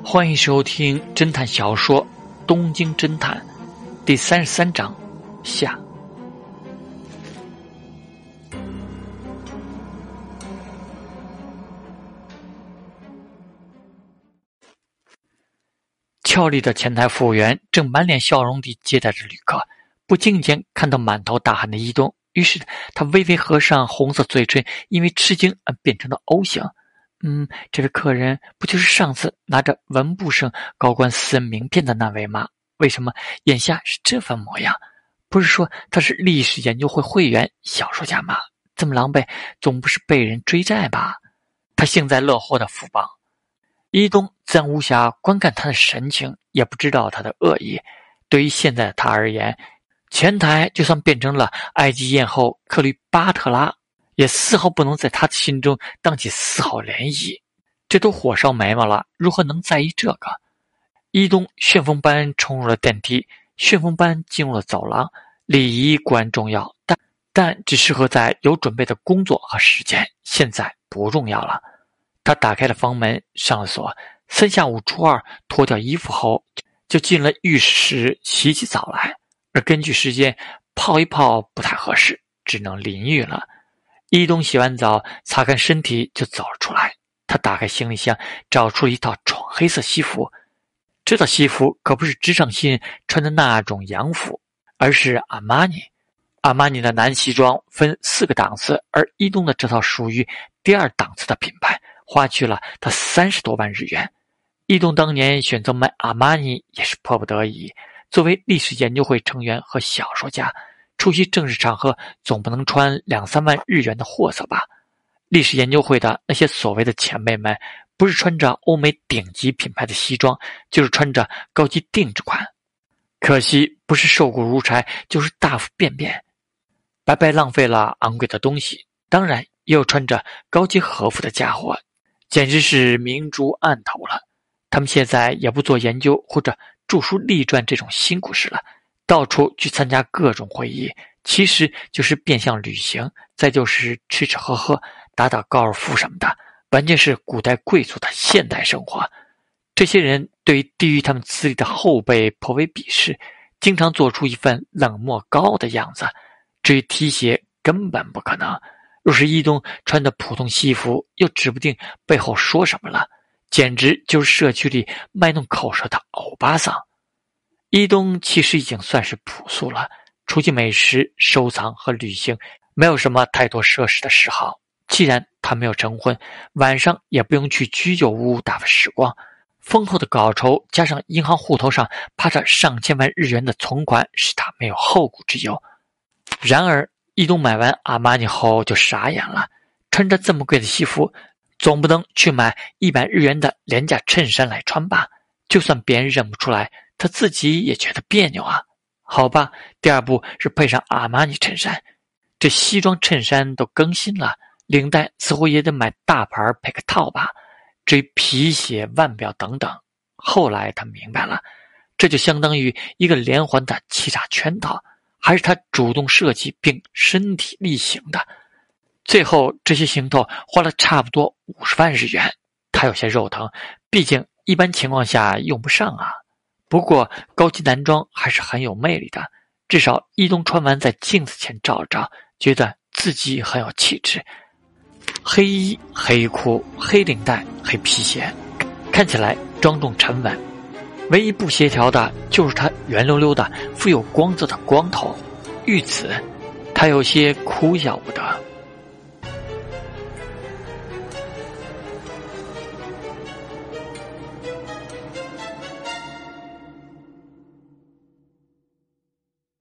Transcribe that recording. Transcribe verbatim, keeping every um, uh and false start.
欢迎收听侦探小说《东京侦探》第三十三章下。俏丽的前台服务员正满脸笑容地接待着旅客，不经间看到满头大汗的伊东，于是他微微合上红色嘴唇，因为吃惊而变成了 O 型。嗯，这位客人不就是上次拿着文部省高官私人名片的那位吗？为什么眼下是这番模样？不是说他是历史研究会会员小说家吗？这么狼狈，总不是被人追债吧？他幸灾乐祸的副帮。伊东自然无暇观看他的神情，也不知道他的恶意。对于现在的他而言，前台就算变成了埃及艳后克吕巴特拉，也丝毫不能在他的心中荡起丝毫涟漪。这都火烧眉毛了，如何能在意这个？伊东旋风般冲入了电梯，旋风般进入了走廊。礼仪固然重要，但但只适合在有准备的工作和时间，现在不重要了。他打开了房门，上了锁，三下五除二脱掉衣服后，就进了浴室洗起澡来。而根据时间，泡一泡不太合适，只能淋浴了。伊东洗完澡，擦干身体就走了出来。他打开行李箱，找出了一套闯黑色西服。这套西服可不是职场新人穿的那种洋服，而是阿玛尼。阿玛尼的男西装分四个档次，而伊东的这套属于第二档次的品牌，花去了他三十多万日元。伊东当年选择买阿玛尼也是迫不得已，作为历史研究会成员和小说家，出席正式场合总不能穿两三万日元的货色吧？历史研究会的那些所谓的前辈们，不是穿着欧美顶级品牌的西装，就是穿着高级定制款。可惜不是瘦骨如柴，就是大腹便便，白白浪费了昂贵的东西。当然也有穿着高级和服的家伙，简直是明珠暗投了。他们现在也不做研究或者著书立传这种辛苦事了，到处去参加各种会议，其实就是变相旅行，再就是吃吃喝喝，打打高尔夫什么的，完全是古代贵族的现代生活。这些人对于低于他们资历的后辈颇为鄙视，经常做出一份冷漠高傲的样子。至于踢鞋，根本不可能。若是伊东穿的普通西服，又指不定背后说什么了，简直就是社区里卖弄口舌的欧巴桑。伊东其实已经算是朴素了，除去美食、收藏和旅行，没有什么太多奢侈的嗜好。既然他没有成婚，晚上也不用去居酒屋打发时光。丰厚的稿酬加上银行户头上趴着上千万日元的存款，使他没有后顾之忧。然而伊东买完阿玛尼后就傻眼了，穿着这么贵的西服，总不能去买一百日元的廉价衬衫来穿吧？就算别人认不出来，他自己也觉得别扭啊。好吧，第二步是配上阿玛尼衬衫。这西装衬衫都更新了，领带似乎也得买大牌配个套吧。至于皮鞋、腕表等等，后来他明白了，这就相当于一个连环的欺诈圈套，还是他主动设计并身体力行的。最后这些行头花了差不多五十万日元，他有些肉疼，毕竟一般情况下用不上啊。不过高级男装还是很有魅力的，至少伊东穿完在镜子前照了照，觉得自己很有气质。黑衣、黑裤、黑领带、黑皮鞋，看起来庄重沉稳。唯一不协调的就是他圆溜溜的富有光泽的光头。遇此，他有些哭笑不得。